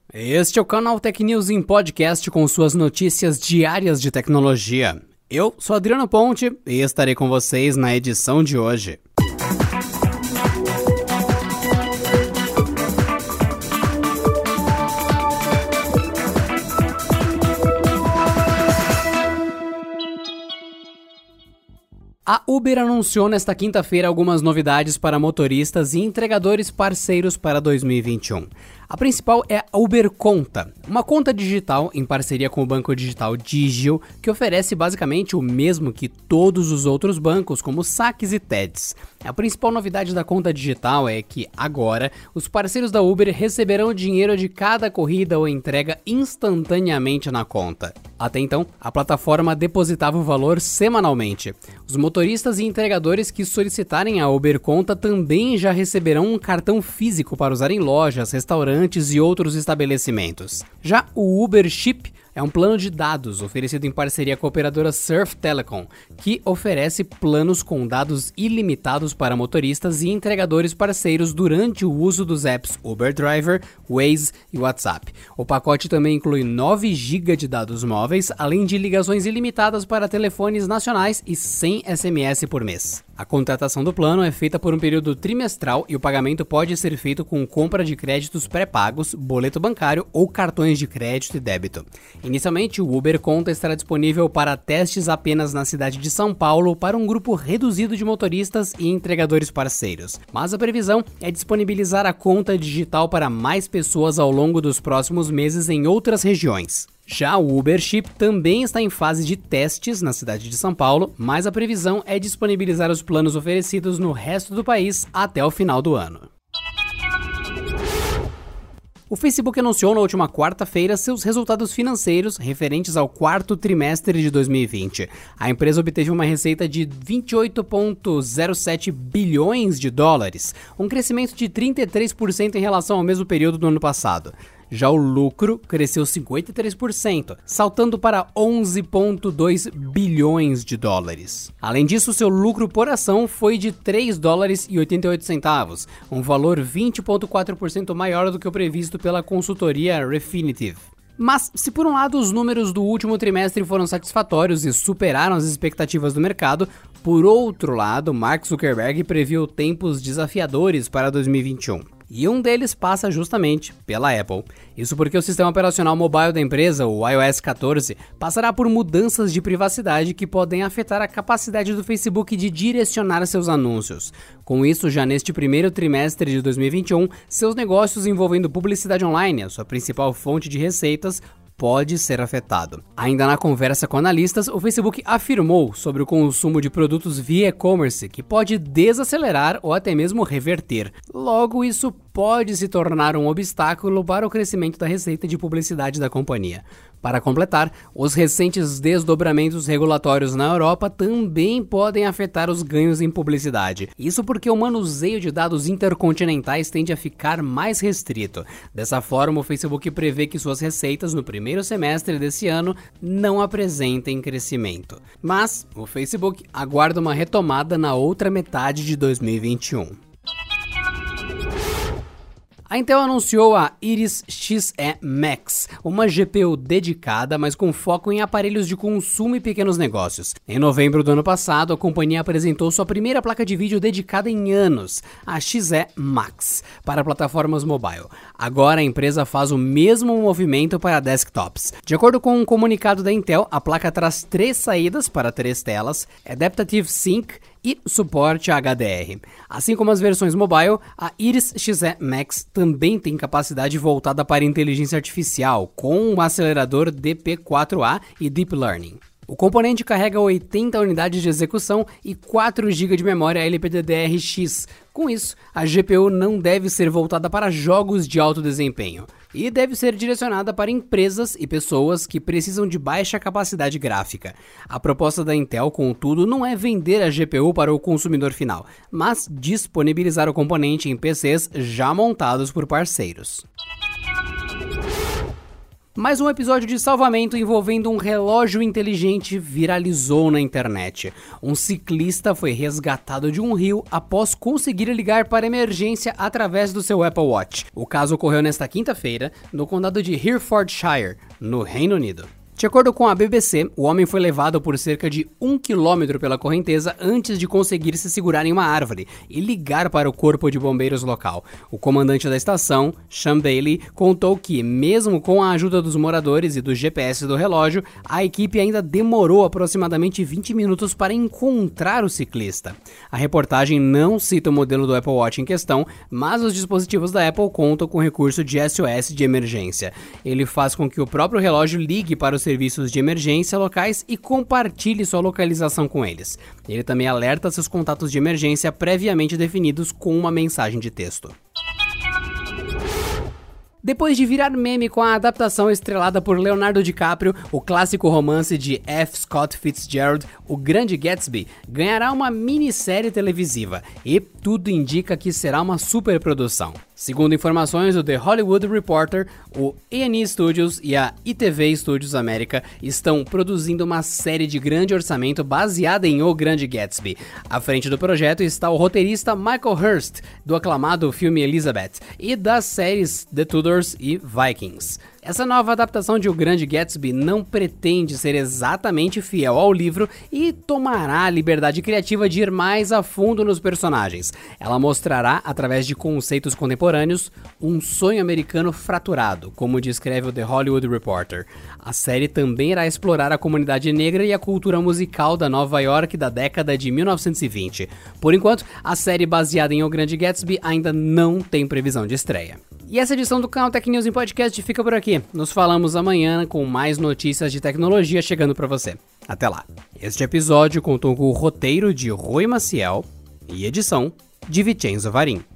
Este é o canal Tech News em podcast com suas notícias diárias de tecnologia. Eu sou Adriano Ponte e estarei com vocês na edição de hoje. A Uber anunciou nesta quinta-feira algumas novidades para motoristas e entregadores parceiros para 2021. A principal é a Uber Conta, uma conta digital em parceria com o banco digital Digio, que oferece basicamente o mesmo que todos os outros bancos, como saques e TEDs. A principal novidade da conta digital é que, agora, os parceiros da Uber receberão o dinheiro de cada corrida ou entrega instantaneamente na conta. Até então, a plataforma depositava o valor semanalmente. Os motoristas e entregadores que solicitarem a Uber Conta também já receberão um cartão físico para usar em lojas, restaurantes e outros estabelecimentos. Já o Uber Chip é um plano de dados oferecido em parceria com a operadora Surf Telecom, que oferece planos com dados ilimitados para motoristas e entregadores parceiros durante o uso dos apps Uber Driver, Waze e WhatsApp. O pacote também inclui 9 GB de dados móveis, além de ligações ilimitadas para telefones nacionais e 100 SMS por mês. A contratação do plano é feita por um período trimestral e o pagamento pode ser feito com compra de créditos pré-pagos, boleto bancário ou cartões de crédito e débito. Inicialmente, o Uber Conta estará disponível para testes apenas na cidade de São Paulo para um grupo reduzido de motoristas e entregadores parceiros. Mas a previsão é disponibilizar a conta digital para mais pessoas ao longo dos próximos meses em outras regiões. Já o Uber Chip também está em fase de testes na cidade de São Paulo, mas a previsão é disponibilizar os planos oferecidos no resto do país até o final do ano. O Facebook anunciou na última quarta-feira seus resultados financeiros referentes ao quarto trimestre de 2020. A empresa obteve uma receita de 28,07 bilhões de dólares, um crescimento de 33% em relação ao mesmo período do ano passado. Já o lucro cresceu 53%, saltando para 11,2 bilhões de dólares. Além disso, seu lucro por ação foi de 3 dólares e 88 centavos, um valor 20,4% maior do que o previsto pela consultoria Refinitiv. Mas, se por um lado os números do último trimestre foram satisfatórios e superaram as expectativas do mercado, por outro lado, Mark Zuckerberg previu tempos desafiadores para 2021. E um deles passa justamente pela Apple. Isso porque o sistema operacional mobile da empresa, o iOS 14, passará por mudanças de privacidade que podem afetar a capacidade do Facebook de direcionar seus anúncios. Com isso, já neste primeiro trimestre de 2021, seus negócios envolvendo publicidade online, a sua principal fonte de receitas, pode ser afetado. Ainda na conversa com analistas, o Facebook afirmou sobre o consumo de produtos via e-commerce que pode desacelerar ou até mesmo reverter. Logo, isso pode se tornar um obstáculo para o crescimento da receita de publicidade da companhia. Para completar, os recentes desdobramentos regulatórios na Europa também podem afetar os ganhos em publicidade. Isso porque o manuseio de dados intercontinentais tende a ficar mais restrito. Dessa forma, o Facebook prevê que suas receitas no primeiro semestre desse ano não apresentem crescimento. Mas o Facebook aguarda uma retomada na outra metade de 2021. A Intel anunciou a Iris Xe Max, uma GPU dedicada, mas com foco em aparelhos de consumo e pequenos negócios. Em novembro do ano passado, a companhia apresentou sua primeira placa de vídeo dedicada em anos, a Xe Max, para plataformas mobile. Agora a empresa faz o mesmo movimento para desktops. De acordo com um comunicado da Intel, a placa traz 3 saídas para 3 telas, Adaptive Sync e suporte a HDR. Assim como as versões mobile, a Iris Xe Max também tem capacidade voltada para inteligência artificial, com um acelerador DP4A e Deep Learning. O componente carrega 80 unidades de execução e 4 GB de memória LPDDR-X. Com isso, a GPU não deve ser voltada para jogos de alto desempenho e deve ser direcionada para empresas e pessoas que precisam de baixa capacidade gráfica. A proposta da Intel, contudo, não é vender a GPU para o consumidor final, mas disponibilizar o componente em PCs já montados por parceiros. Mais um episódio de salvamento envolvendo um relógio inteligente viralizou na internet. Um ciclista foi resgatado de um rio após conseguir ligar para emergência através do seu Apple Watch. O caso ocorreu nesta quinta-feira, no condado de Herefordshire, no Reino Unido. De acordo com a BBC, o homem foi levado por cerca de 1 quilômetro pela correnteza antes de conseguir se segurar em uma árvore e ligar para o corpo de bombeiros local. O comandante da estação, Sean Bailey, contou que, mesmo com a ajuda dos moradores e do GPS do relógio, a equipe ainda demorou aproximadamente 20 minutos para encontrar o ciclista. A reportagem não cita o modelo do Apple Watch em questão, mas os dispositivos da Apple contam com recurso de SOS de emergência. Ele faz com que o próprio relógio ligue para os serviços de emergência locais e compartilhe sua localização com eles. Ele também alerta seus contatos de emergência previamente definidos com uma mensagem de texto. Depois de virar meme com a adaptação estrelada por Leonardo DiCaprio, o clássico romance de F. Scott Fitzgerald, O Grande Gatsby, ganhará uma minissérie televisiva e tudo indica que será uma superprodução. Segundo informações do The Hollywood Reporter, o A&E Studios e a ITV Studios América estão produzindo uma série de grande orçamento baseada em O Grande Gatsby. À frente do projeto está o roteirista Michael Hurst, do aclamado filme Elizabeth, e das séries The Tudors e Vikings. Essa nova adaptação de O Grande Gatsby não pretende ser exatamente fiel ao livro e tomará a liberdade criativa de ir mais a fundo nos personagens. Ela mostrará, através de conceitos contemporâneos, um sonho americano fraturado, como descreve o The Hollywood Reporter. A série também irá explorar a comunidade negra e a cultura musical da Nova York da década de 1920. Por enquanto, a série baseada em O Grande Gatsby ainda não tem previsão de estreia. E essa edição do Canal Tech News em Podcast fica por aqui. Nos falamos amanhã com mais notícias de tecnologia chegando para você. Até lá. Este episódio contou com o roteiro de Rui Maciel e edição de Vicenzo Varim.